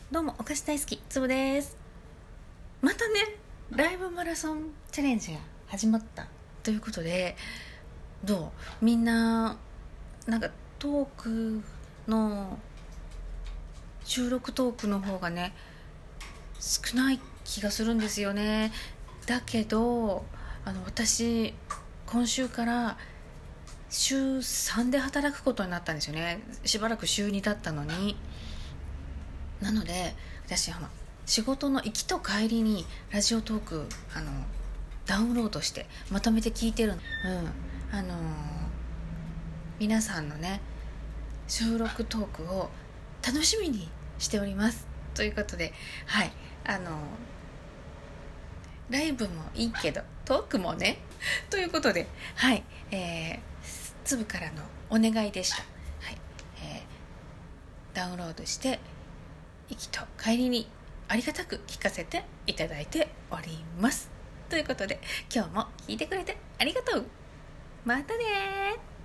どうもお菓子大好きつぶです。またねライブマラソンチャレンジが始まったということで、どうみんななんかトークの収録トークの方がね少ない気がするんですよね。だけど私今週から週3で働くことになったんですよね。しばらく週2だったのに。なので私仕事の行きと帰りにラジオトークダウンロードしてまとめて聞いてるの。皆さんのね収録トークを楽しみにしておりますということで、はいライブもいいけどトークもねということで、はい、粒からのお願いでした。はい、ダウンロードして行きと帰りにありがたく聞かせていただいておりますということで、今日も聞いてくれてありがとう。またね。